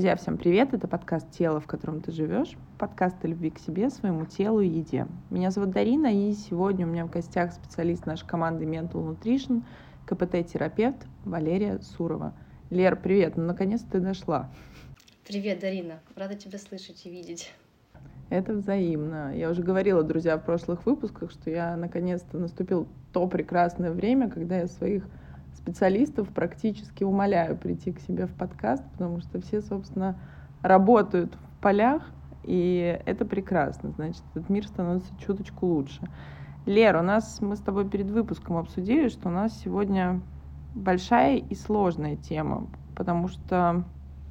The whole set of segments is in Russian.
Друзья, всем привет! Это подкаст «Тело, в котором ты живешь», подкаст о любви к себе, своему телу и еде. Меня зовут Дарина, и сегодня у меня в гостях специалист нашей команды Mental Nutrition, КПТ-терапевт Валерия Сурова. Лер, привет! Ну, наконец-то ты дошла. Привет, Дарина! Рада тебя слышать и видеть. Это взаимно. Я уже говорила, друзья, в прошлых выпусках, что наконец-то наступил то прекрасное время, когда я своих специалистов практически умоляю прийти к себе в подкаст, потому что все, собственно, работают в полях, и это прекрасно. Значит, этот мир становится чуточку лучше. Лер, мы с тобой перед выпуском обсудили, что у нас сегодня большая и сложная тема, потому что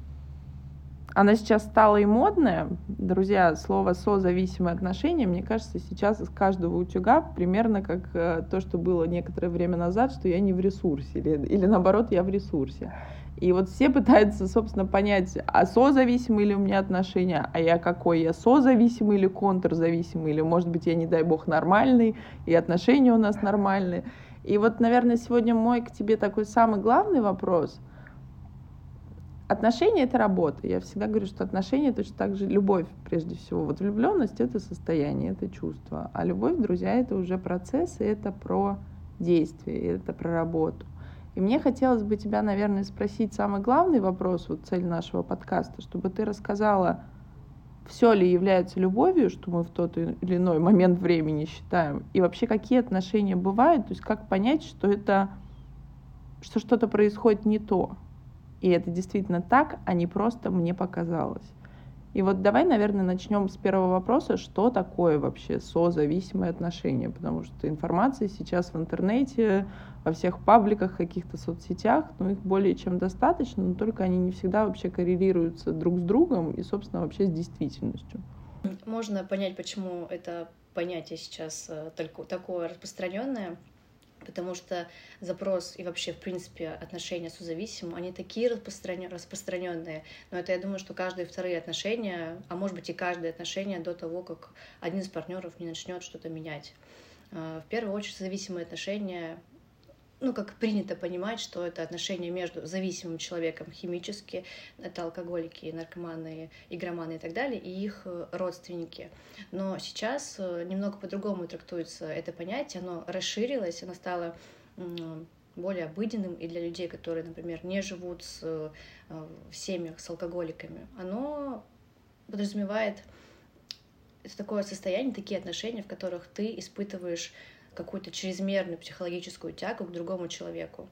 она сейчас стала и модная. Друзья, слово «созависимые отношения», мне кажется, сейчас из каждого утюга примерно как то, что было некоторое время назад, что я не в ресурсе, или наоборот, я в ресурсе. И вот все пытаются, собственно, понять, а созависимые ли у меня отношения, а я какой, я созависимый или контрзависимый, или, может быть, я, не дай бог, нормальный, и отношения у нас нормальные. И вот, наверное, сегодня мой к тебе такой самый главный вопрос — отношения — это работа. Я всегда говорю, что отношения точно так же любовь, прежде всего. Вот влюбленность — это состояние, это чувство. А любовь, друзья, это уже процесс, и это про действие, это про работу. И мне хотелось бы тебя, наверное, спросить самый главный вопрос, вот цель нашего подкаста, чтобы ты рассказала, все ли является любовью, что мы в тот или иной момент времени считаем, и вообще какие отношения бывают, то есть как понять, что что-то происходит не то. И это действительно так, а не просто мне показалось. И вот давай, наверное, начнем с первого вопроса, что такое вообще созависимые отношения, потому что информации сейчас в интернете, во всех пабликах, каких-то соцсетях, их более чем достаточно, но только они не всегда вообще коррелируются друг с другом и, собственно, вообще с действительностью. Можно понять, почему это понятие сейчас такое распространенное. Потому что запрос и вообще, в принципе, отношения с созависимым, они такие распространенные. Но это, я думаю, что каждые вторые отношения, а может быть и каждое отношение до того, как один из партнеров не начнет что-то менять. В первую очередь, зависимые отношения, как принято понимать, что это отношения между зависимым человеком химически, это алкоголики, наркоманы, игроманы и так далее, и их родственники. Но сейчас немного по-другому трактуется это понятие, оно расширилось, оно стало более обыденным и для людей, которые, например, не живут в семьях с алкоголиками. Оно подразумевает это такое состояние, такие отношения, в которых ты испытываешь какую-то чрезмерную психологическую тягу к другому человеку.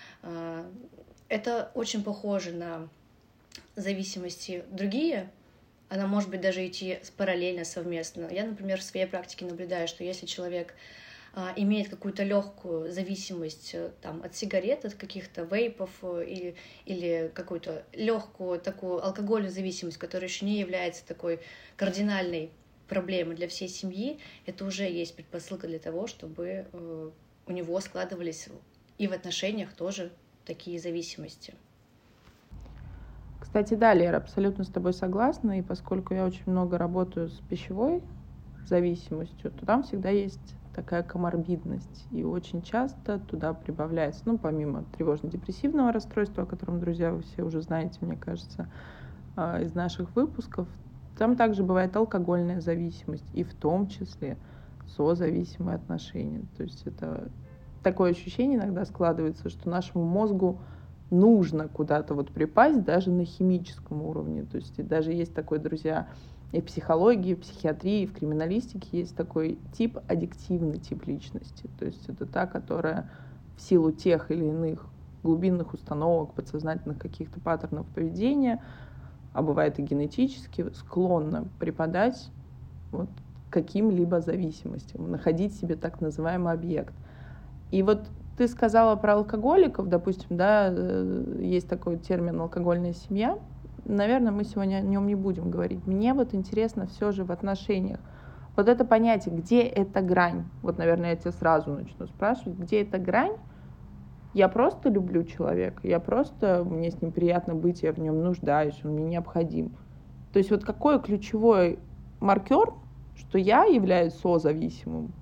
Это очень похоже на зависимости другие. Она может быть даже идти параллельно, совместно. Я, например, в своей практике наблюдаю, что если человек имеет какую-то легкую зависимость от сигарет, от каких-то вейпов или какую-то легкую такую алкогольную зависимость, которая еще не является такой кардинальной проблемы для всей семьи, это уже есть предпосылка для того, чтобы у него складывались и в отношениях тоже такие зависимости. Кстати, да, Лера, абсолютно с тобой согласна, и поскольку я очень много работаю с пищевой зависимостью, то там всегда есть такая коморбидность, и очень часто туда прибавляется, помимо тревожно-депрессивного расстройства, о котором, друзья, вы все уже знаете, мне кажется, из наших выпусков, там также бывает алкогольная зависимость, и в том числе созависимые отношения. То есть это такое ощущение иногда складывается, что нашему мозгу нужно куда-то припасть даже на химическом уровне. То есть даже есть такой, друзья, и в психологии, и в психиатрии, и в криминалистике есть такой тип, аддиктивный тип личности. То есть это та, которая в силу тех или иных глубинных установок, подсознательных каких-то паттернов поведения, а бывает и генетически, склонна припадать каким-либо зависимостям, находить себе так называемый объект. И ты сказала про алкоголиков, допустим, да, есть такой термин «алкогольная семья». Наверное, мы сегодня о нем не будем говорить. Мне интересно все же в отношениях. Это понятие, где эта грань? Наверное, я тебя сразу начну спрашивать, где эта грань? Я просто люблю человека, мне с ним приятно быть, я в нем нуждаюсь, он мне необходим. То есть какой ключевой маркер, что я являюсь созависимым,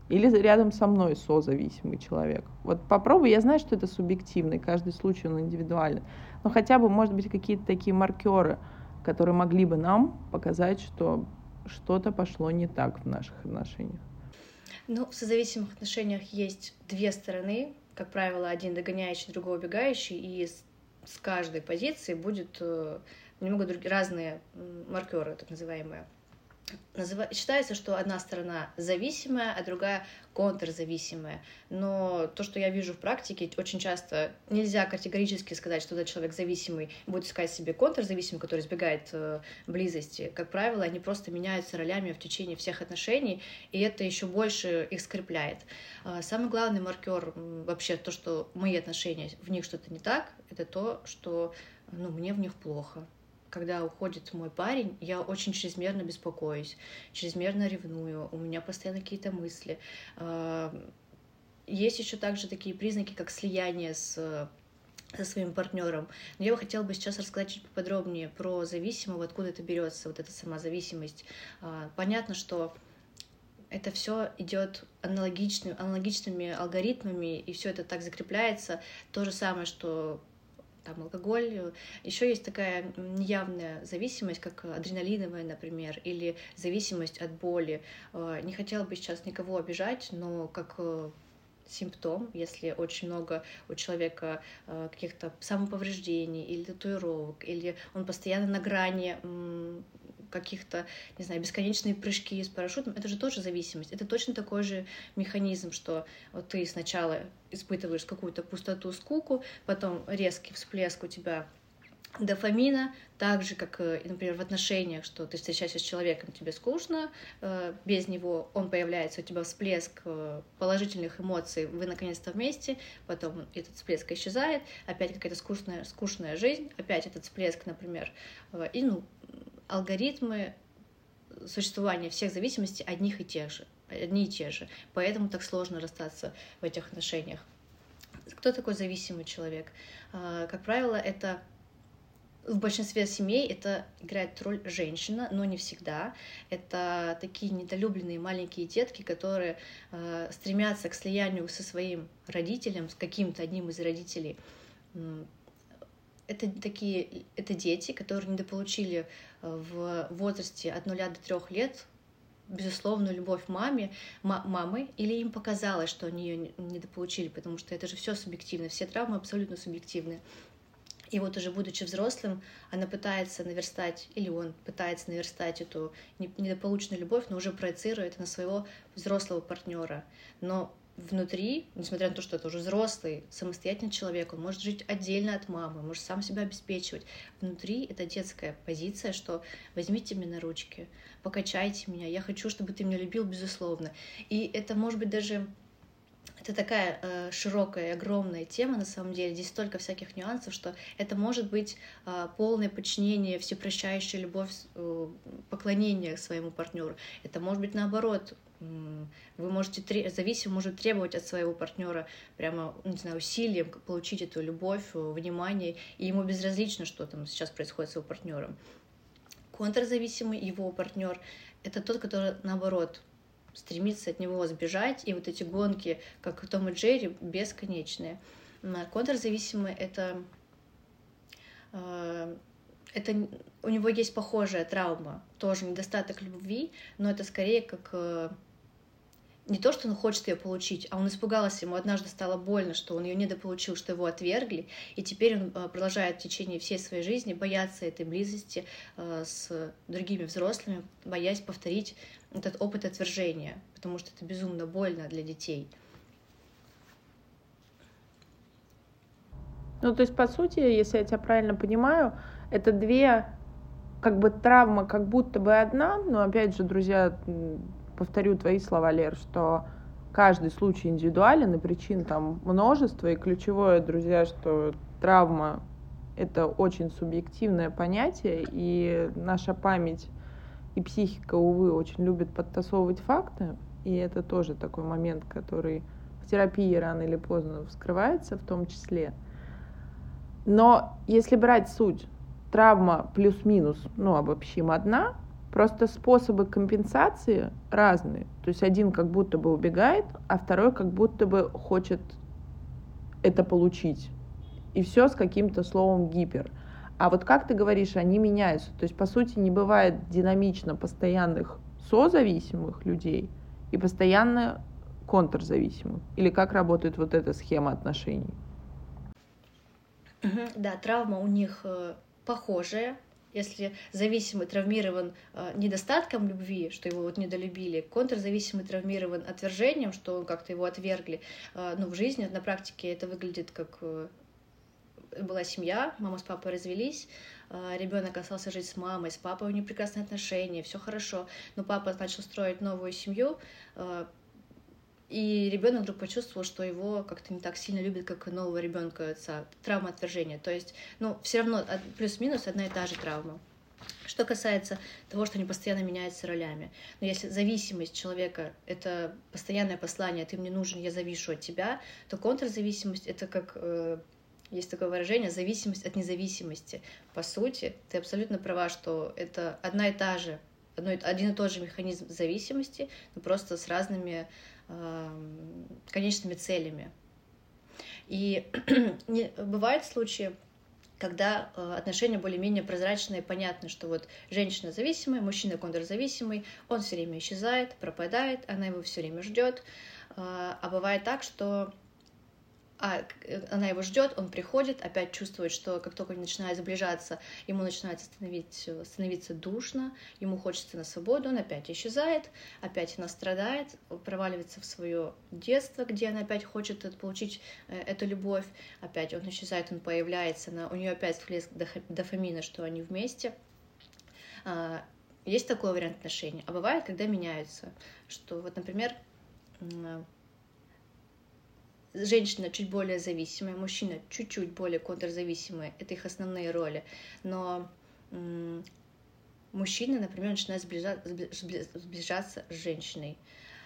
или рядом со мной созависимый человек. Вот попробуй, я знаю, что это субъективно, и каждый случай он индивидуален, но хотя бы, может быть, какие-то такие маркеры, которые могли бы нам показать, что что-то пошло не так в наших отношениях. Ну, в созависимых отношениях есть две стороны, как правило, один догоняющий, другой убегающий, и с каждой позиции будет немного разные маркеры, так называемые. Считается, что одна сторона зависимая, а другая контрзависимая. Но то, что я вижу в практике, очень часто нельзя категорически сказать, что этот человек зависимый будет искать себе контрзависимый, который избегает близости. Как правило, они просто меняются ролями в течение всех отношений, и это еще больше их скрепляет. Самый главный маркер вообще то, что мои отношения, в них что-то не так, это то, что мне в них плохо. Когда уходит мой парень, я очень чрезмерно беспокоюсь, чрезмерно ревную, у меня постоянно какие-то мысли. Есть еще также такие признаки, как слияние со своим партнером. Но я бы хотела сейчас рассказать чуть поподробнее про зависимого, откуда это берется, вот эта сама зависимость. Понятно, что это все идет аналогичными алгоритмами, и все это так закрепляется. То же самое, что алкоголь. Еще есть такая неявная зависимость, как адреналиновая, например, или зависимость от боли. Не хотела бы сейчас никого обижать, но как симптом, если очень много у человека каких-то самоповреждений или татуировок, или он постоянно на грани каких-то, не знаю, бесконечные прыжки с парашютом, это же тоже зависимость. Это точно такой же механизм, что вот ты сначала испытываешь какую-то пустоту, скуку, потом резкий всплеск у тебя дофамина, так же, как, например, в отношениях, что ты встречаешься с человеком, тебе скучно, без него он появляется, у тебя всплеск положительных эмоций, вы наконец-то вместе, потом этот всплеск исчезает, опять какая-то скучная жизнь, опять этот всплеск, например, и алгоритмы существования всех зависимостей одни и те же. Поэтому так сложно расстаться в этих отношениях. Кто такой зависимый человек? Как правило, это в большинстве семей это играет роль женщина, но не всегда. Это такие недолюбленные маленькие детки, которые стремятся к слиянию со своим родителем, с каким-то одним из родителей. Это дети, которые недополучили в возрасте от 0 до 3 лет безусловную любовь мамы, или им показалось, что они ее недополучили, потому что это же все субъективно, все травмы абсолютно субъективны. И вот уже будучи взрослым, она пытается наверстать, или он пытается наверстать эту недополученную любовь, но уже проецирует это на своего взрослого партнера. Но внутри, несмотря на то, что это уже взрослый, самостоятельный человек, он может жить отдельно от мамы, может сам себя обеспечивать. Внутри это детская позиция, что возьмите меня на ручки, покачайте меня, я хочу, чтобы ты меня любил, безусловно. И это может быть даже... Это такая широкая, огромная тема, на самом деле. Здесь столько всяких нюансов, что это может быть полное подчинение, всепрощающая любовь, поклонение своему партнеру. Это может быть наоборот. Вы можете, зависимый может требовать от своего партнера прямо, не знаю, усилием получить эту любовь, внимание, и ему безразлично, что там сейчас происходит с его партнером. Контрзависимый, его партнер, это тот, который наоборот стремится от него сбежать, и вот эти гонки, как Том и Джерри, бесконечные. Контрзависимый это у него есть похожая травма, тоже недостаток любви, но это скорее как не то, что он хочет ее получить, а он испугался, ему однажды стало больно, что он ее недополучил, что его отвергли, и теперь он продолжает в течение всей своей жизни бояться этой близости с другими взрослыми, боясь повторить этот опыт отвержения, потому что это безумно больно для детей. Ну, то есть, по сути, если я тебя правильно понимаю, это две, травмы как будто бы одна, но, опять же, друзья, повторю твои слова, Лер, что каждый случай индивидуален, и причин там множество, и ключевое, друзья, что травма — это очень субъективное понятие, и наша память и психика, увы, очень любят подтасовывать факты, и это тоже такой момент, который в терапии рано или поздно вскрывается в том числе. Но если брать суть, травма плюс-минус, обобщим, одна, Просто способы компенсации разные. То есть один как будто бы убегает, а второй как будто бы хочет это получить. И все с каким-то словом гипер. А вот как ты говоришь, они меняются. То есть, по сути, не бывает динамично постоянных созависимых людей и постоянно контрзависимых. Или как работает вот эта схема отношений? Да, травма у них похожая. Если зависимый травмирован недостатком любви, что его вот недолюбили, контрзависимый травмирован отвержением, что как-то его отвергли, в жизни, на практике это выглядит как была семья, мама с папой развелись, ребенок остался жить с мамой, с папой у них прекрасные отношения, все хорошо, но папа начал строить новую семью, и ребенок вдруг почувствовал, что его как-то не так сильно любят, как и нового ребенка отца. Травма отвержения. То есть, все равно плюс-минус одна и та же травма. Что касается того, что они постоянно меняются ролями. Но если зависимость человека — это постоянное послание «ты мне нужен, я завишу от тебя», то контрзависимость — это как... Есть такое выражение «зависимость от независимости». По сути, ты абсолютно права, что это один и тот же механизм зависимости, но просто с разными конечными целями. И бывают случаи, когда отношения более-менее прозрачные, понятно, что вот женщина зависимая, мужчина контрзависимый, он все время исчезает, пропадает, она его все время ждет. А бывает так, что она его ждет, он приходит, опять чувствует, что как только он начинает сближаться, ему начинает становиться душно, ему хочется на свободу, он опять исчезает, опять она страдает, проваливается в свое детство, где она опять хочет получить эту любовь, опять он исчезает, он появляется, у нее опять всплеск дофамина, что они вместе. Есть такой вариант отношений. А бывает, когда меняются, что вот, например, женщина чуть более зависимая, мужчина чуть-чуть более контрзависимый, это их основные роли, но мужчина, например, начинает сближаться с женщиной,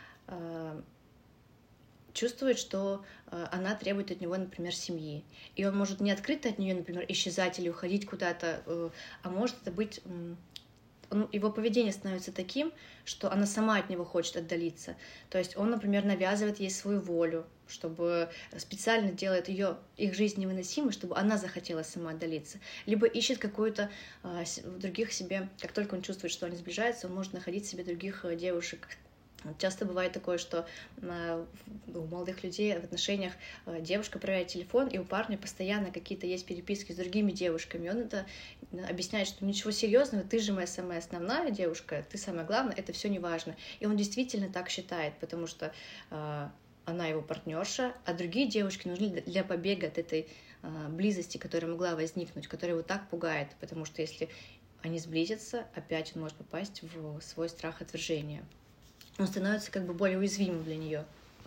чувствует, что она требует от него, например, семьи, и он может не открыто от нее, например, исчезать или уходить куда-то, а может это быть... его поведение становится таким, что она сама от него хочет отдалиться. То есть он, например, навязывает ей свою волю, чтобы специально делает их жизнь невыносимой, чтобы она захотела сама отдалиться. Либо ищет какую-то других себе, как только он чувствует, что они сближаются, он может находить себе других девушек. Часто бывает такое, что у молодых людей в отношениях девушка проверяет телефон, и у парня постоянно какие-то есть переписки с другими девушками. И он это объясняет, что ничего серьезного, ты же моя самая основная девушка, ты самая главная, это все не важно. И он действительно так считает, потому что она его партнерша, а другие девушки нужны для побега от этой близости, которая могла возникнуть, которая его так пугает, потому что если они сблизятся, опять он может попасть в свой страх отвержения. Он становится как бы более уязвимым для нее.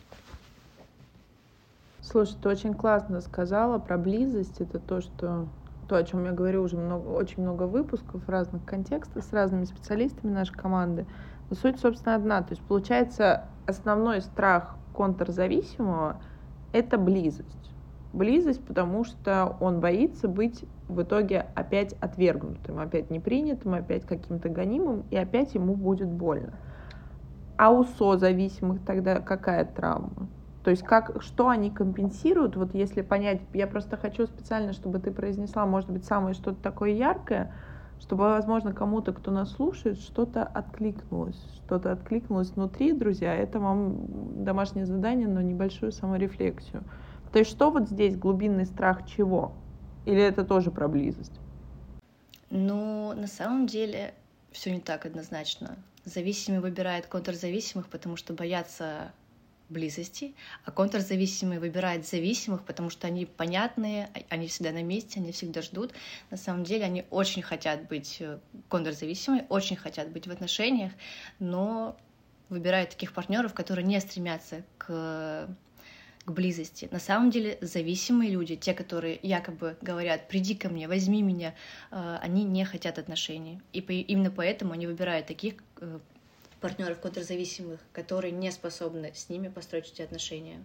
Слушай, ты очень классно сказала про близость. Это то, о чем я говорю уже очень много выпусков в разных контекстах с разными специалистами нашей команды. Но суть, собственно, одна. То есть, получается, основной страх контрзависимого — это близость. Близость, потому что он боится быть в итоге опять отвергнутым, опять непринятым, опять каким-то гонимым, и опять ему будет больно. А у созависимых тогда какая травма? То есть что они компенсируют? Вот если понять, я просто хочу специально, чтобы ты произнесла, может быть, самое что-то такое яркое, чтобы, возможно, кому-то, кто нас слушает, что-то откликнулось внутри, друзья. Это вам домашнее задание, но небольшую саморефлексию. То есть что вот здесь глубинный страх чего? Или это тоже про близость? На самом деле все не так однозначно. Зависимый выбирает контрзависимых, потому что боятся близости, а контрзависимый выбирает зависимых, потому что они понятные, они всегда на месте, они всегда ждут. На самом деле они очень хотят быть контрзависимыми, очень хотят быть в отношениях, но выбирают таких партнеров, которые не стремятся к близости. На самом деле зависимые люди, те, которые якобы говорят «приди ко мне, возьми меня», они не хотят отношений. И именно поэтому они выбирают таких партнеров контрзависимых, которые не способны с ними построить эти отношения.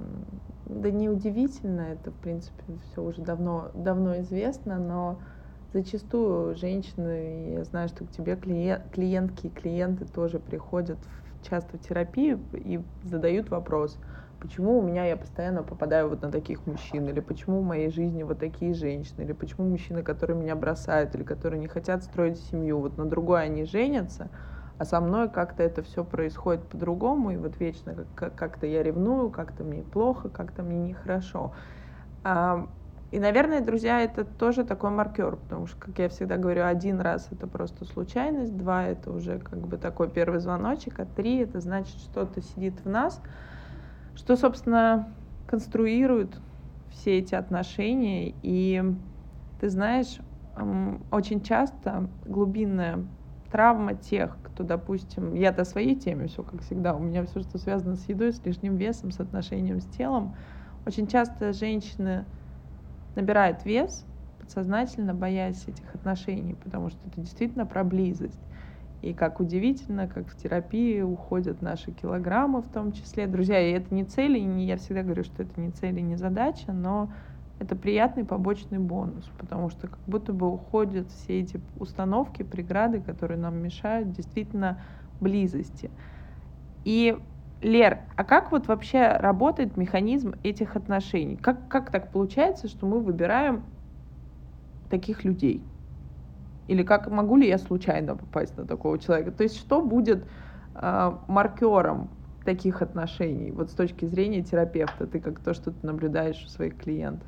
Да неудивительно, это, в принципе, все уже давно известно, но Зачастую женщины, я знаю, что к тебе клиентки и клиенты тоже приходят часто в терапию и задают вопрос, почему у меня я постоянно попадаю вот на таких мужчин, или почему в моей жизни вот такие женщины, или почему мужчины, которые меня бросают, или которые не хотят строить семью, вот на другой они женятся, а со мной как-то это все происходит по-другому, и вот вечно как-то я ревную, как-то мне плохо, как-то мне нехорошо. И, наверное, друзья, это тоже такой маркер, потому что, как я всегда говорю, 1 раз это просто случайность, 2 это уже как бы такой первый звоночек, а 3 это значит, что-то сидит в нас, что, собственно, конструирует все эти отношения. И ты знаешь, очень часто глубинная травма тех, кто, допустим, я-то о своей теме, все как всегда, у меня все, что связано с едой, с лишним весом, с отношением с телом, очень часто женщины набирают вес, подсознательно боясь этих отношений, потому что это действительно про близость. И как удивительно, как в терапии уходят наши килограммы в том числе. Друзья, и это не цель, и я всегда говорю, что это не цель и не задача, но это приятный побочный бонус, потому что как будто бы уходят все эти установки, преграды, которые нам мешают действительно близости. И Лер, а как вот вообще работает механизм этих отношений? Как так получается, что мы выбираем таких людей? Или как могу ли я случайно попасть на такого человека? То есть что будет маркером таких отношений, вот с точки зрения терапевта, ты как то, что ты наблюдаешь у своих клиентов?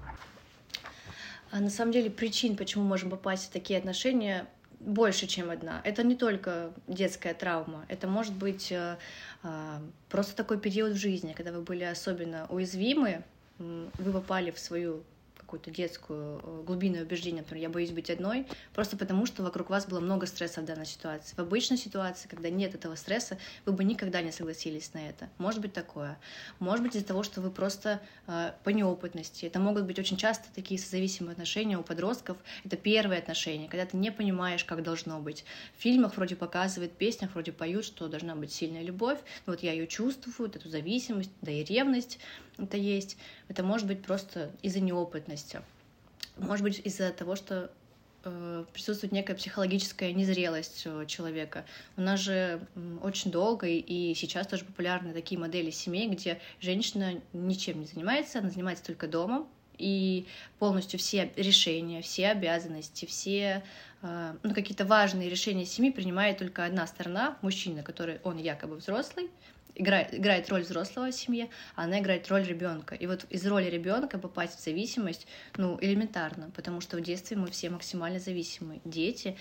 А на самом деле причин, почему можем попасть в такие отношения, больше, чем одна. Это не только детская травма, это может быть просто такой период в жизни, когда вы были особенно уязвимы, вы попали в свою какую-то детскую глубинное убеждение, например, я боюсь быть одной, просто потому что вокруг вас было много стресса в данной ситуации. В обычной ситуации, когда нет этого стресса, вы бы никогда не согласились на это. Может быть такое. Может быть из-за того, что вы просто по неопытности. Это могут быть очень часто такие созависимые отношения у подростков. Это первые отношения, когда ты не понимаешь, как должно быть. В фильмах вроде показывают, в песнях вроде поют, что должна быть сильная любовь. Но вот я ее чувствую, эту зависимость, да и ревность это есть. Это может быть просто из-за неопытности. Может быть из-за того, что присутствует некая психологическая незрелость человека. У нас же очень долго и сейчас тоже популярны такие модели семей, где женщина ничем не занимается, она занимается только домом, и полностью все решения, все обязанности, все какие-то важные решения семьи принимает только одна сторона, мужчина, который он якобы взрослый, играет роль взрослого в семье, а она играет роль ребенка. И вот из роли ребенка попасть в зависимость, элементарно, потому что в детстве мы все максимально зависимы. Дети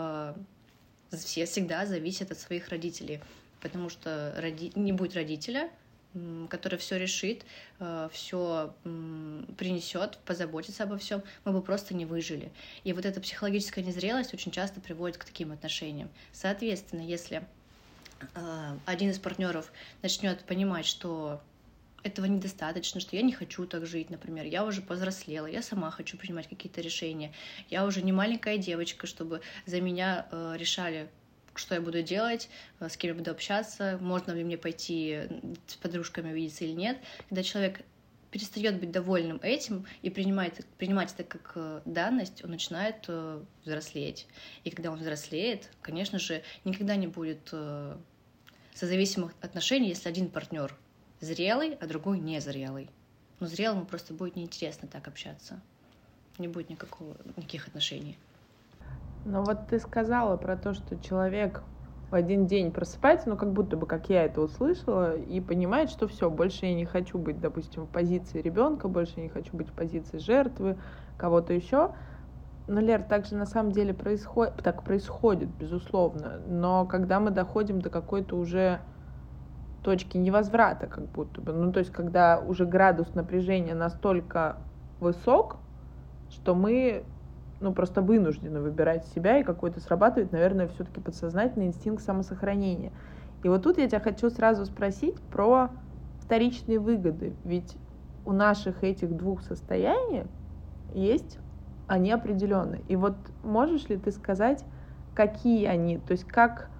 все всегда зависят от своих родителей, потому что не будет родителя, который все решит, все принесет, позаботится обо всем, мы бы просто не выжили. И вот эта психологическая незрелость очень часто приводит к таким отношениям. Соответственно, если один из партнеров начнет понимать, что этого недостаточно, что я не хочу так жить, например, я уже повзрослела, я сама хочу принимать какие-то решения, я уже не маленькая девочка, чтобы за меня решали, что я буду делать, с кем я буду общаться, можно ли мне пойти с подружками увидеться или нет. Когда человек перестает быть довольным этим и принимать это как данность, он начинает взрослеть. И когда он взрослеет, конечно же, никогда не будет созависимых отношений, если один партнер зрелый, а другой незрелый. Но зрелому просто будет неинтересно так общаться. Не будет никаких отношений. Ну вот ты сказала про то, что человек в один день просыпается, как будто бы, как я это услышала, и понимает, что все, больше я не хочу быть, допустим, в позиции ребенка, больше я не хочу быть в позиции жертвы, кого-то еще. Но, Лер, так же на самом деле происходит, безусловно. Но когда мы доходим до какой-то уже точки невозврата, как будто бы, то есть когда уже градус напряжения настолько высок, что мы просто вынуждены выбирать себя, и какой-то срабатывает, наверное, все-таки подсознательный инстинкт самосохранения. И вот тут я тебя хочу сразу спросить про вторичные выгоды. Ведь у наших этих двух состояний есть они определенные. И вот можешь ли ты сказать, какие они? То есть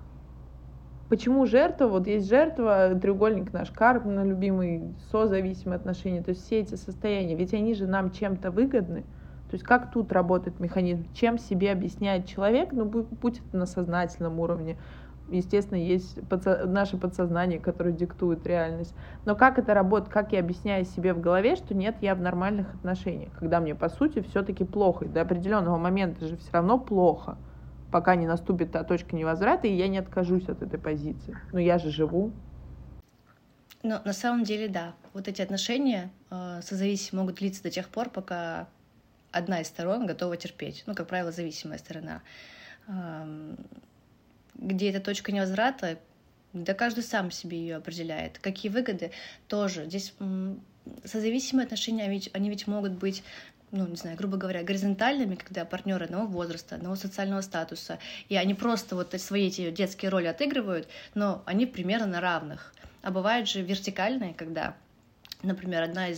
почему жертва, вот есть жертва, треугольник наш, любимый, созависимые отношения, то есть все эти состояния, ведь они же нам чем-то выгодны. То То есть как тут работает механизм? Чем себе объясняет человек, ну, будь это на сознательном уровне, естественно, есть наше подсознание, которое диктует реальность. Но как это работает, как я объясняю себе в голове, что нет, я в нормальных отношениях, когда мне, по сути, все-таки плохо. И до определенного момента же все равно плохо, пока не наступит та точка невозврата, и я не откажусь от этой позиции. Но я же живу. Но на самом деле, да, вот эти отношения созависимые могут длиться до тех пор, пока одна из сторон готова терпеть. Ну, как правило, зависимая сторона. Где эта точка невозврата, да каждый сам себе ее определяет. Какие выгоды тоже. Здесь созависимые отношения, они ведь могут быть, ну, не знаю, грубо говоря, горизонтальными, когда партнеры одного возраста, одного социального статуса, и они просто вот свои эти детские роли отыгрывают, но они примерно на равных. А бывает же вертикальные, когда, например,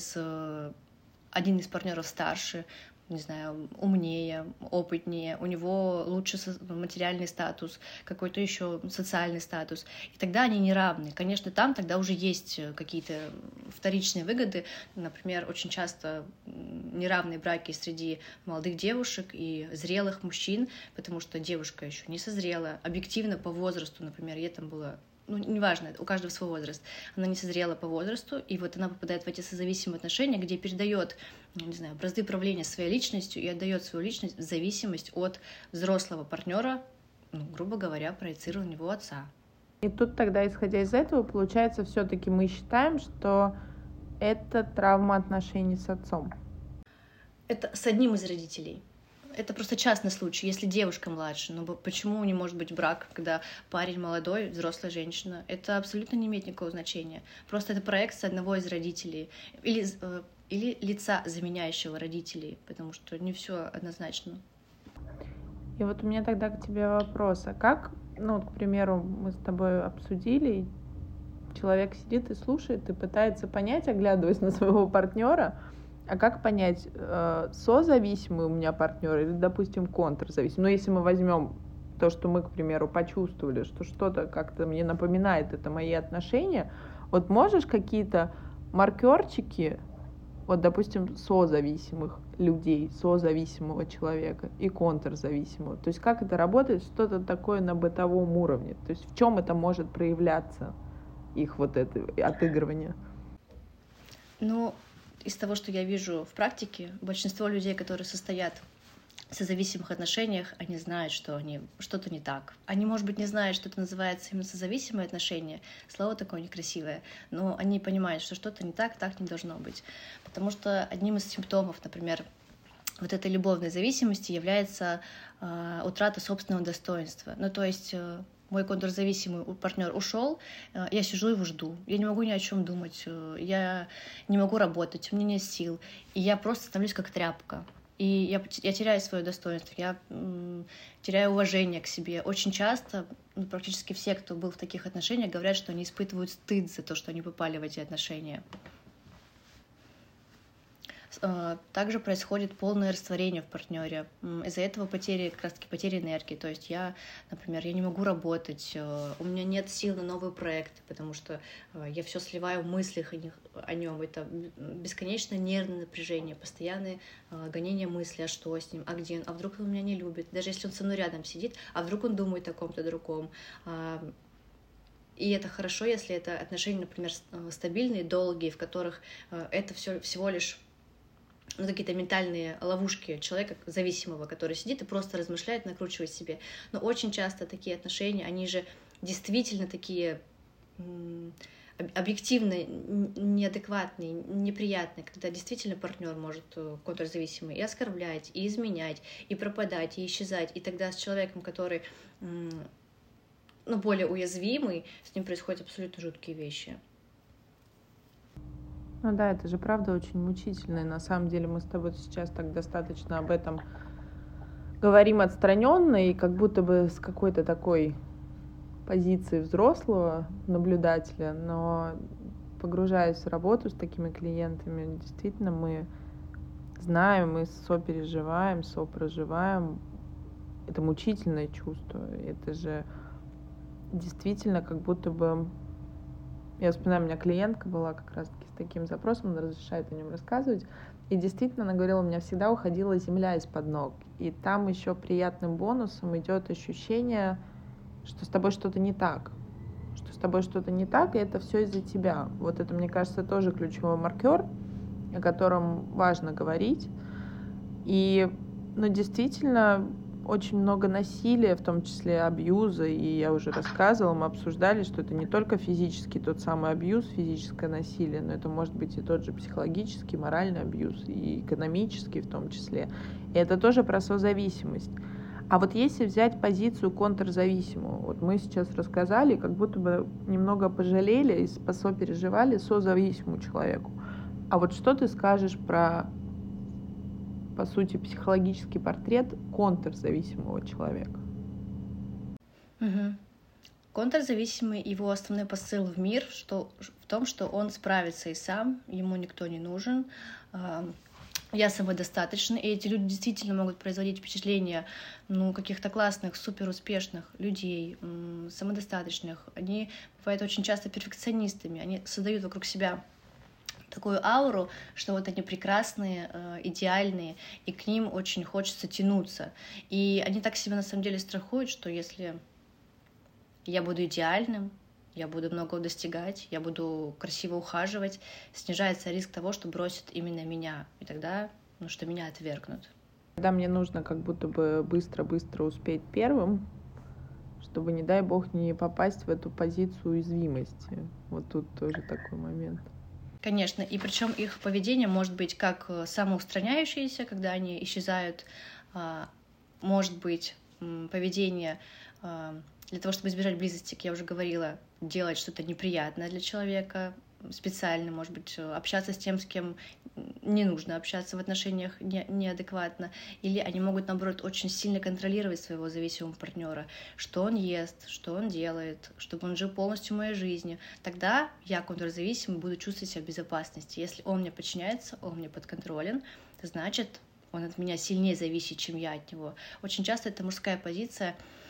один из партнеров старше, не знаю, умнее, опытнее, у него лучше материальный статус, какой-то еще социальный статус. И тогда они не равны. Конечно, там тогда уже есть какие-то вторичные выгоды. Например, очень часто неравные браки среди молодых девушек и зрелых мужчин, потому что девушка еще не созрела. Объективно по возрасту, например, ей там было... Ну, неважно, у каждого свой возраст. Она не созрела по возрасту, и вот она попадает в эти созависимые отношения, где передает, не знаю, бразды правления своей личностью и отдает свою личность в зависимость от взрослого партнера, ну, грубо говоря, проецируя на него отца. И тут тогда, исходя из этого, получается, все-таки мы считаем, что это травма отношений с отцом. Это с одним из родителей. Это просто частный случай, если девушка младше. Но почему не может быть брак, когда парень молодой, взрослая женщина? Это абсолютно не имеет никакого значения. Просто это проекция одного из родителей. Или лица, заменяющего родителей, потому что не все однозначно. И вот у меня тогда к тебе вопрос. А как, ну, к примеру, мы с тобой обсудили, человек сидит и слушает, и пытается понять, оглядываясь на своего партнера, а как понять, созависимый у меня партнер или, допустим, контрзависимый? Ну, если мы возьмем то, что мы, к примеру, почувствовали, что что-то как-то мне напоминает это мои отношения, вот можешь какие-то маркерчики, вот, допустим, созависимых людей, созависимого человека и контрзависимого. То есть как это работает, что-то такое на бытовом уровне? То есть в чем это может проявляться, их вот это отыгрывание? Ну, из того, что я вижу в практике, большинство людей, которые состоят в созависимых отношениях, они знают, что что-то не так. Они, может быть, не знают, что это называется именно созависимые отношения. Слово такое некрасивое. Но они понимают, что что-то не так, так не должно быть. Потому что одним из симптомов, например, вот этой любовной зависимости является утрата собственного достоинства. Ну, то есть мой контрзависимый партнер ушел, я сижу его жду. Я не могу ни о чем думать, я не могу работать, у меня нет сил. И я просто становлюсь как тряпка. И я теряю свое достоинство, я теряю уважение к себе. Очень часто, ну, практически все, кто был в таких отношениях, говорят, что они испытывают стыд за то, что они попали в эти отношения. Также происходит полное растворение в партнере. Из-за этого как раз-таки потери энергии. То есть например, я не могу работать, у меня нет сил на новые проекты, потому что я все сливаю в мыслях о нем. Это бесконечное нервное напряжение, постоянное гонение мысли, а что с ним, а где он, а вдруг он меня не любит. Даже если он со мной рядом сидит, а вдруг он думает о ком-то другом. И это хорошо, если это отношения, например, стабильные, долгие, в которых это всего лишь какие-то ментальные ловушки человека зависимого, который сидит и просто размышляет, накручивает себе. Но очень часто такие отношения, они же действительно такие объективно неадекватные, неприятные, когда действительно партнер может контрзависимый и оскорблять, и изменять, и пропадать, и исчезать. И тогда с человеком, который более уязвимый, с ним происходят абсолютно жуткие вещи. Ну да, это же правда очень мучительно. И на самом деле мы с тобой сейчас так достаточно об этом говорим отстраненно и как будто бы с какой-то такой позиции взрослого наблюдателя, но погружаясь в работу с такими клиентами, действительно мы знаем, мы сопереживаем, сопроживаем. Это мучительное чувство. Это же действительно как будто бы... Я вспоминаю, у меня клиентка была как раз-таки с таким запросом, она разрешает о нем рассказывать. И действительно, она говорила, у меня всегда уходила земля из-под ног. И там еще приятным бонусом идет ощущение, что с тобой что-то не так. Что с тобой что-то не так, и это все из-за тебя. Вот это, мне кажется, тоже ключевой маркер, о котором важно говорить. И, ну, действительно, очень много насилия, в том числе абьюза, и я уже рассказывала, мы обсуждали, что это не только физический тот самый абьюз, физическое насилие, но это может быть и тот же психологический, моральный абьюз, и экономический в том числе. И это тоже про созависимость. А вот если взять позицию контрзависимую, вот мы сейчас рассказали, как будто бы немного пожалели и посопереживали созависимому человеку. А вот что ты скажешь про, по сути, психологический портрет контрзависимого человека? Мгм. Контрзависимый, его основной посыл в мир в том, что он справится и сам, ему никто не нужен. Я самодостаточна, и эти люди действительно могут производить впечатление каких-то классных, суперуспешных людей, самодостаточных. Они бывают очень часто перфекционистами, они создают вокруг себя такую ауру, что вот они прекрасные, идеальные, и к ним очень хочется тянуться. И они так себя на самом деле страхуют, что если я буду идеальным, я буду много достигать, я буду красиво ухаживать, снижается риск того, что бросят именно меня, и тогда, что меня отвергнут. Когда мне нужно как будто бы быстро-быстро успеть первым, чтобы, не дай бог, не попасть в эту позицию уязвимости. Вот тут тоже такой момент. Конечно, и причем их поведение может быть как самоустраняющееся, когда они исчезают, может быть поведение для того, чтобы избежать близости, как я уже говорила, делать что-то неприятное для человека, специально, может быть, общаться с тем, с кем не нужно общаться в отношениях неадекватно, или они могут, наоборот, очень сильно контролировать своего зависимого партнера, что он ест, что он делает, чтобы он жил полностью моей жизнью. Тогда я, контрзависимый, буду чувствовать себя в безопасности. Если он мне подчиняется, он мне подконтролен, то значит, он от меня сильнее зависит, чем я от него. Очень часто это мужская позиция.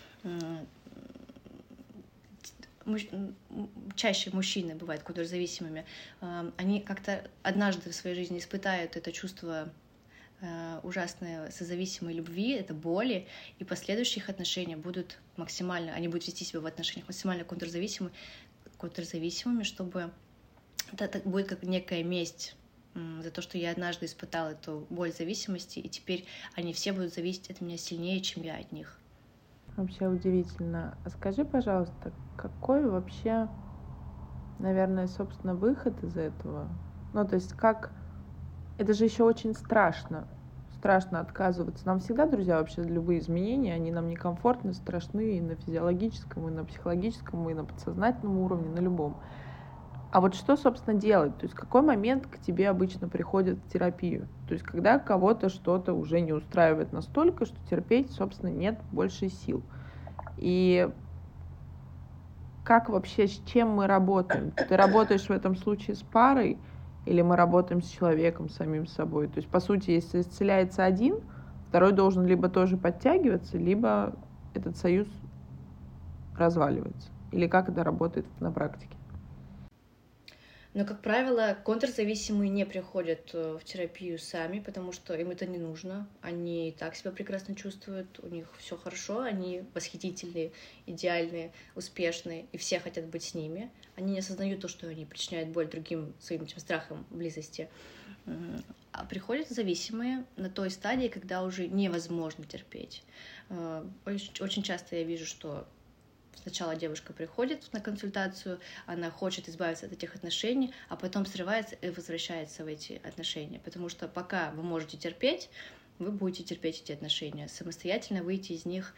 Чаще мужчины бывают контрзависимыми, они как-то однажды в своей жизни испытают это чувство ужасной созависимой любви, это боли, и последующие их отношения будут максимально, они будут вести себя в отношениях максимально контрзависимыми, чтобы это будет как некая месть за то, что я однажды испытала эту боль зависимости, и теперь они все будут зависеть от меня сильнее, чем я от них. Вообще удивительно. А скажи, пожалуйста, какой вообще, наверное, собственно, выход из этого? Ну, то есть как... Это же еще очень страшно. Страшно отказываться. Нам всегда, друзья, вообще любые изменения, они нам некомфортны, страшны и на физиологическом, и на психологическом, и на подсознательном уровне, на любом. А вот что, собственно, делать? То есть в какой момент к тебе обычно приходят в терапию? То есть когда кого-то что-то уже не устраивает настолько, что терпеть, собственно, нет больше сил. И как вообще, с чем мы работаем? Ты работаешь в этом случае с парой или мы работаем с человеком, самим собой? То есть, по сути, если исцеляется один, второй должен либо тоже подтягиваться, либо этот союз разваливается. Или как это работает на практике? Но, как правило, контрзависимые не приходят в терапию сами, потому что им это не нужно. Они и так себя прекрасно чувствуют, у них все хорошо, они восхитительные, идеальные, успешные, и все хотят быть с ними. Они не осознают то, что они причиняют боль другим своим этим страхом близости. А приходят зависимые на той стадии, когда уже невозможно терпеть. Очень часто я вижу, что сначала девушка приходит на консультацию, она хочет избавиться от этих отношений, а потом срывается и возвращается в эти отношения. Потому что пока вы можете терпеть, вы будете терпеть эти отношения. Самостоятельно выйти из них,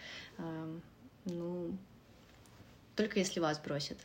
только если вас бросят.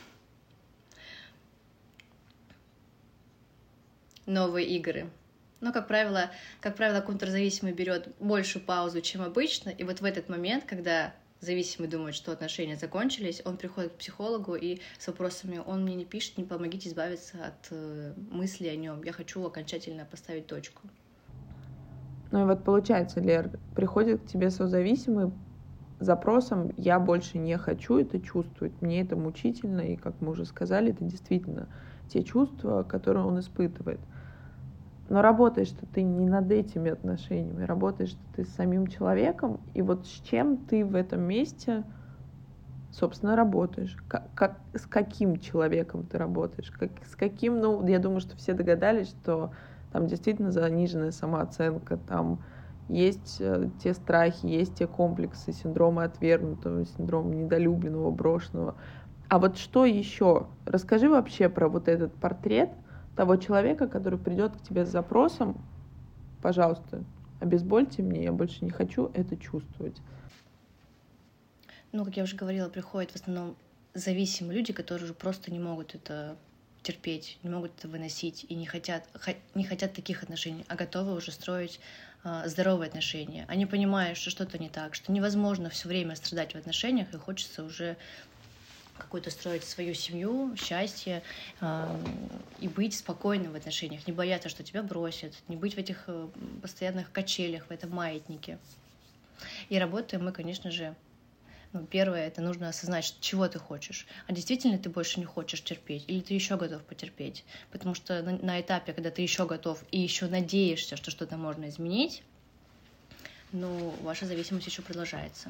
Новые игры. Но, как правило, контрзависимый берет большую паузу, чем обычно, и вот в этот момент, когда зависимый думает, что отношения закончились, он приходит к психологу и с вопросами: он мне не пишет, не помогите избавиться от мысли о нем, я хочу окончательно поставить точку. Ну и вот получается, Лер, приходит к тебе созависимый с запросом: я больше не хочу это чувствовать, мне это мучительно, и, как мы уже сказали, это действительно те чувства, которые он испытывает. Но работаешь-то ты не над этими отношениями, работаешь ты с самим человеком, и вот с чем ты в этом месте, собственно, работаешь. С каким человеком ты работаешь, с каким, ну, я думаю, что все догадались, что там действительно заниженная самооценка, там есть те страхи, есть те комплексы, синдромы отвергнутого, синдром недолюбленного, брошенного. А вот что еще? Расскажи вообще про вот этот портрет того человека, который придет к тебе с запросом: пожалуйста, обезбольте мне, я больше не хочу это чувствовать. Ну, как я уже говорила, приходят в основном зависимые люди, которые уже просто не могут это терпеть, не могут это выносить и не хотят таких отношений, а готовы уже строить здоровые отношения. Они понимают, что что-то не так, что невозможно все время страдать в отношениях, и хочется уже какую-то строить свою семью, счастье, и быть спокойным в отношениях, не бояться, что тебя бросят, не быть в этих постоянных качелях, в этом маятнике. И работаем мы, конечно же, первое, это нужно осознать, чего ты хочешь. А действительно ты больше не хочешь терпеть, или ты еще готов потерпеть? Потому что на этапе, когда ты еще готов и еще надеешься, что что-то можно изменить, ваша зависимость еще продолжается.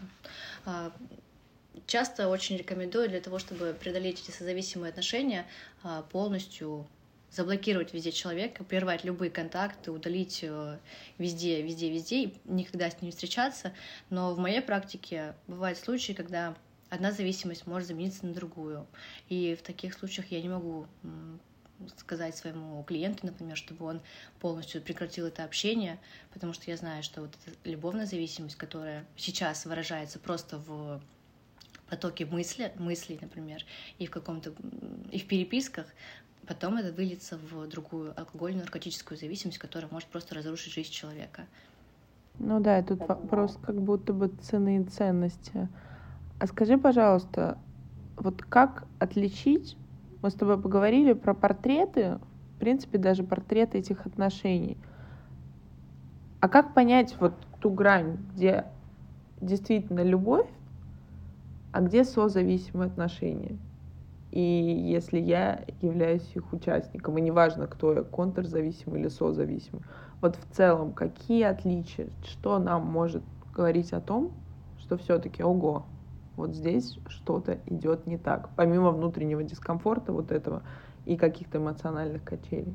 Часто очень рекомендую для того, чтобы преодолеть эти созависимые отношения, полностью заблокировать везде человека, прервать любые контакты, удалить везде, и никогда с ним встречаться. Но в моей практике бывают случаи, когда одна зависимость может замениться на другую. И в таких случаях я не могу сказать своему клиенту, например, чтобы он полностью прекратил это общение, потому что я знаю, что вот эта любовная зависимость, которая сейчас выражается просто в потоке мыслей, например, и в переписках, потом это выльется в другую алкогольную, наркотическую зависимость, которая может просто разрушить жизнь человека. Ну да, тут вопрос как будто бы цены и ценности. А скажи, пожалуйста, вот как отличить, мы с тобой поговорили про портреты, в принципе, даже портреты этих отношений. А как понять вот ту грань, где действительно любовь, а где созависимые отношения? И если я являюсь их участником, и неважно, кто я, контрзависимый или созависимый, вот в целом какие отличия, что нам может говорить о том, что все-таки, ого, вот здесь что-то идет не так, помимо внутреннего дискомфорта вот этого и каких-то эмоциональных качелей?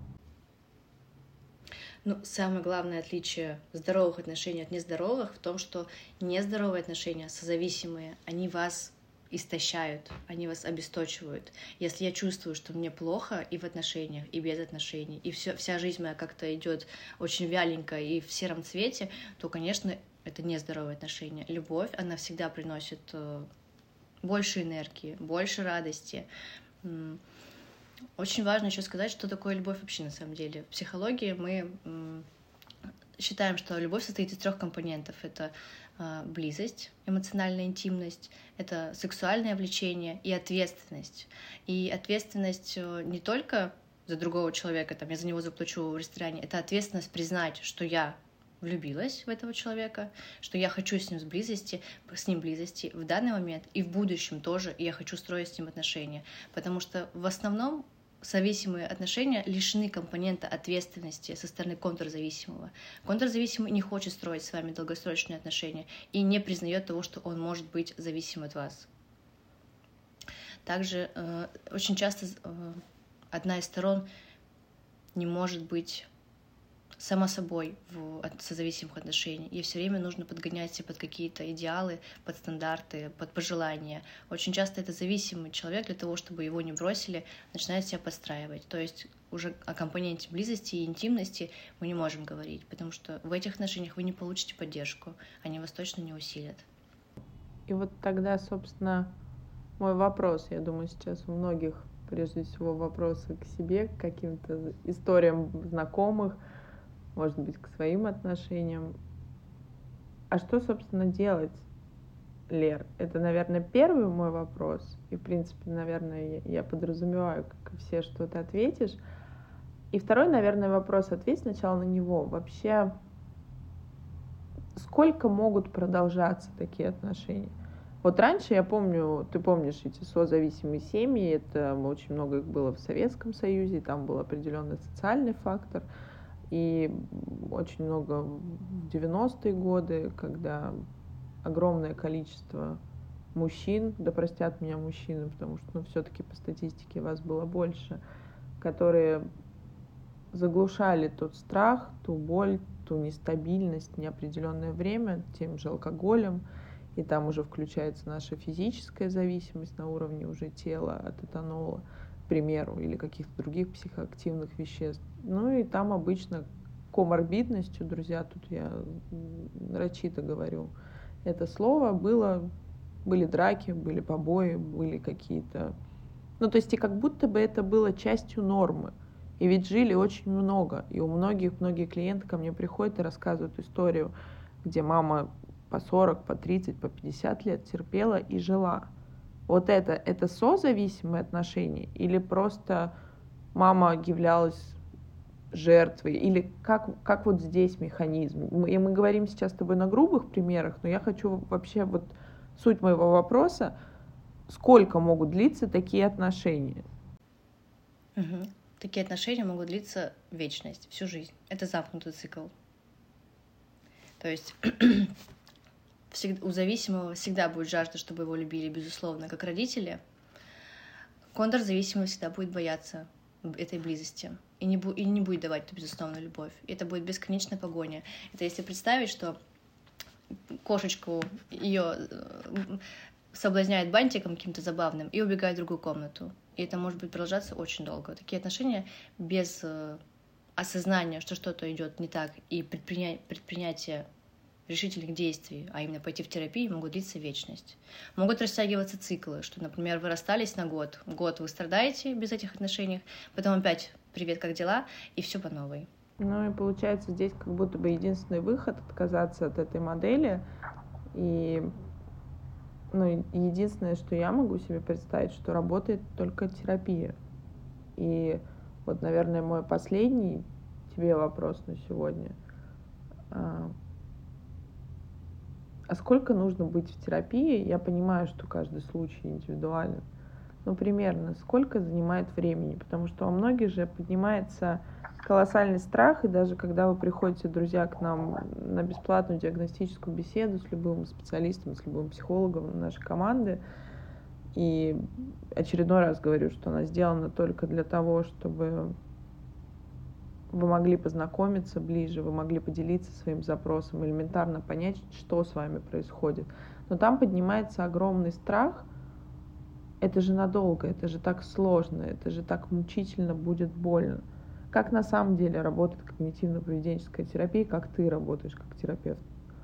Самое главное отличие здоровых отношений от нездоровых в том, что нездоровые отношения, созависимые, они вас истощают, они вас обесточивают. Если я чувствую, что мне плохо и в отношениях, и без отношений, и вся жизнь моя как-то идет очень вяленько и в сером цвете, то, конечно, это нездоровые отношения. Любовь, она всегда приносит больше энергии, больше радости. Очень важно еще сказать, что такое любовь вообще на самом деле. В психологии мы считаем, что любовь состоит из 3 компонентов. Это близость, эмоциональная интимность, это сексуальное влечение и ответственность. И ответственность не только за другого человека, я за него заплачу в ресторане, это ответственность признать, что я влюбилась в этого человека, что я хочу с ним близости в данный момент и в будущем тоже, и я хочу строить с ним отношения. Потому что в основном зависимые отношения лишены компонента ответственности со стороны контрзависимого. Контрзависимый не хочет строить с вами долгосрочные отношения и не признает того, что он может быть зависим от вас. Также очень часто одна из сторон не может быть сама собой в созависимых отношениях. Ей все время нужно подгонять себя под какие-то идеалы, под стандарты, под пожелания. Очень часто это зависимый человек для того, чтобы его не бросили, начинает себя подстраивать. То есть уже о компоненте близости и интимности мы не можем говорить, потому что в этих отношениях вы не получите поддержку, они вас точно не усилят. И вот тогда, собственно, мой вопрос, я думаю, сейчас у многих, прежде всего, вопросы к себе, к каким-то историям знакомых, может быть, к своим отношениям. А что, собственно, делать, Лер? Это, наверное, первый мой вопрос. И, в принципе, наверное, я подразумеваю, как и все, что ты ответишь. И второй, наверное, вопрос. Ответь сначала на него. Вообще, сколько могут продолжаться такие отношения? Вот раньше, я помню, ты помнишь эти созависимые семьи, это очень много их было в Советском Союзе, там был определенный социальный фактор. И очень много в 90-е годы, когда огромное количество мужчин, да простят меня мужчины, потому что, все-таки по статистике вас было больше, которые заглушали тот страх, ту боль, ту нестабильность, неопределенное время тем же алкоголем, и там уже включается наша физическая зависимость на уровне уже тела от этанола, к примеру, или каких-то других психоактивных веществ. Ну и там обычно коморбидностью, друзья, тут я нарочито говорю это слово, были драки, были побои, были какие-то... Ну, то есть и как будто бы это было частью нормы. И ведь жили очень много. И у многие клиенты ко мне приходят и рассказывают историю, где мама по 40, по 30, по 50 лет терпела и жила. Вот это созависимые отношения? Или просто мама являлась жертвой? Или как вот здесь механизм? И мы говорим сейчас с тобой на грубых примерах, но я хочу вообще вот суть моего вопроса, сколько могут длиться такие отношения? Угу. Такие отношения могут длиться вечность, всю жизнь. Это замкнутый цикл. То есть у зависимого всегда будет жажда, чтобы его любили, безусловно, как родители. Контрзависимый всегда будет бояться этой близости и не будет давать эту безусловную любовь. И это будет бесконечная погоня. Это если представить, что кошечку ее соблазняет бантиком каким-то забавным и убегает в другую комнату. И это может быть продолжаться очень долго. Такие отношения без осознания, что что-то идет не так, и предпринятия решительных действий, а именно пойти в терапию, могут длиться вечность. Могут растягиваться циклы, что, например, вы расстались на год вы страдаете без этих отношений, потом опять «привет, как дела?» и все по новой. Ну и получается здесь как будто бы единственный выход отказаться от этой модели. И единственное, что я могу себе представить, что работает только терапия. И вот, наверное, мой последний тебе вопрос на сегодня. А сколько нужно быть в терапии? Я понимаю, что каждый случай индивидуален. Но примерно сколько занимает времени? Потому что у многих же поднимается колоссальный страх, и даже когда вы приходите, друзья, к нам на бесплатную диагностическую беседу с любым специалистом, с любым психологом нашей команды, и очередной раз говорю, что она сделана только для того, чтобы вы могли познакомиться ближе, вы могли поделиться своим запросом, элементарно понять, что с вами происходит. Но там поднимается огромный страх. Это же надолго, это же так сложно, это же так мучительно будет больно. Как на самом деле работает когнитивно-поведенческая терапия, как ты работаешь как терапевт?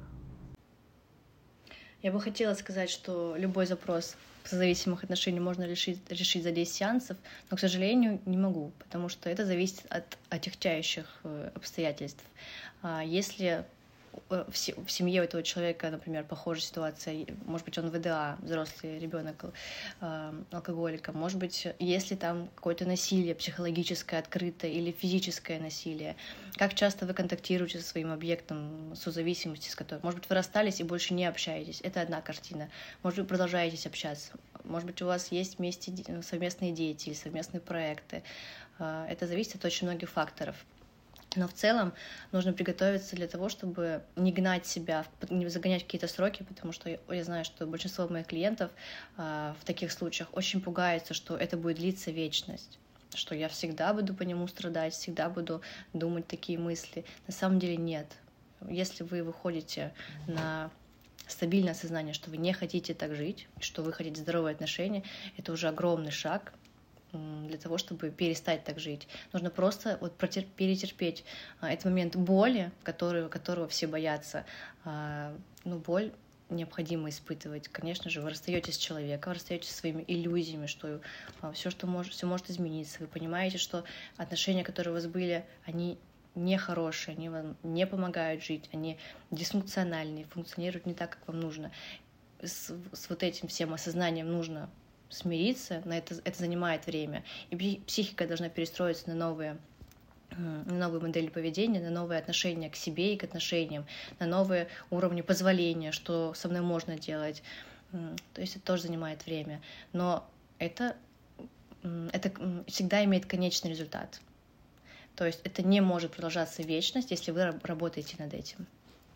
Я бы хотела сказать, что любой запрос созависимых отношений можно решить за 10 сеансов, но, к сожалению, не могу, потому что это зависит от отягчающих обстоятельств. Если в семье у этого человека, например, похожая ситуация, может быть, он ВДА, взрослый ребенок алкоголика, может быть, если там какое-то насилие психологическое, открытое или физическое насилие, как часто вы контактируете со своим объектом созависимости, с которым, может быть, вы расстались и больше не общаетесь, это одна картина, может быть, вы продолжаете общаться, может быть, у вас есть вместе совместные дети или совместные проекты, это зависит от очень многих факторов. Но в целом нужно приготовиться для того, чтобы не гнать себя, не загонять какие-то сроки, потому что я знаю, что большинство моих клиентов в таких случаях очень пугаются, что это будет длиться вечность, что я всегда буду по нему страдать, всегда буду думать такие мысли. На самом деле нет. Если вы выходите на стабильное осознание, что вы не хотите так жить, что вы хотите здоровые отношения, это уже огромный шаг для того, чтобы перестать так жить. Нужно просто перетерпеть этот момент боли, которого все боятся. Боль необходимо испытывать. Конечно же, вы расстаетесь с человеком, вы расстаетесь со своими иллюзиями, что все может измениться. Вы понимаете, что отношения, которые у вас были, они нехорошие, они вам не помогают жить, они дисфункциональные, функционируют не так, как вам нужно. С вот этим всем осознанием нужно смириться, это занимает время. И психика должна перестроиться на новые модели поведения, на новые отношения к себе и к отношениям, на новые уровни позволения, что со мной можно делать. То есть это тоже занимает время. Но это всегда имеет конечный результат. То есть это не может продолжаться вечность, если вы работаете над этим.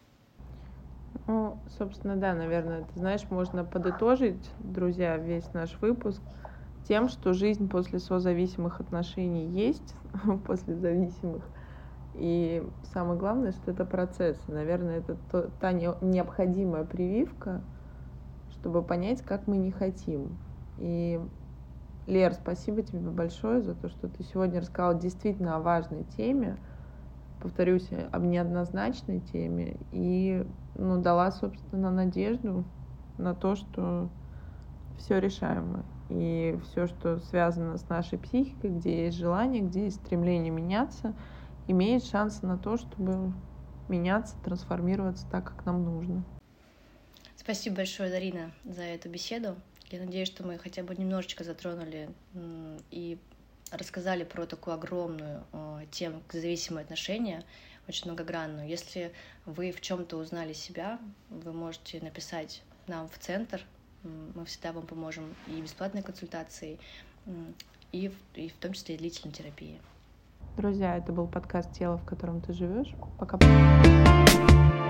Ну, собственно, да, наверное, ты знаешь, можно подытожить, друзья, весь наш выпуск тем, что жизнь после созависимых отношений есть, после зависимых. И самое главное, что это процесс. Наверное, это та необходимая прививка, чтобы понять, как мы не хотим. И, Лер, спасибо тебе большое за то, что ты сегодня рассказала действительно о важной теме, повторюсь, об неоднозначной теме, и дала, собственно, надежду на то, что все решаемо. И все, что связано с нашей психикой, где есть желание, где есть стремление меняться, имеет шанс на то, чтобы меняться, трансформироваться так, как нам нужно. Спасибо большое, Дарина, за эту беседу. Я надеюсь, что мы хотя бы немножечко затронули и рассказали про такую огромную тему, как зависимые отношения, очень многогранную. Если вы в чем-то узнали себя, вы можете написать нам в центр. Мы всегда вам поможем и бесплатной консультацией, и в том числе и длительной терапией. Друзья, это был подкаст «Тело, в котором ты живешь». Пока.